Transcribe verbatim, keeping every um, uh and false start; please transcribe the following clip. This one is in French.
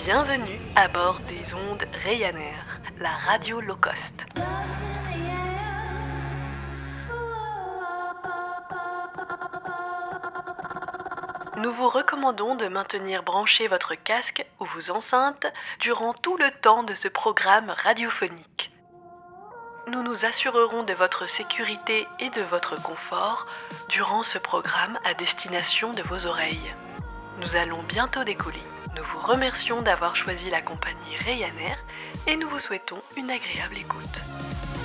Bienvenue à bord des ondes Ryanair, la radio low cost. Nous vous recommandons de maintenir branché votre casque ou vos enceintes durant tout le temps de ce programme radiophonique. Nous nous assurerons de votre sécurité et de votre confort durant ce programme à destination de vos oreilles. Nous allons bientôt décoller. Nous vous remercions d'avoir choisi la compagnie Ryanair et nous vous souhaitons une agréable écoute.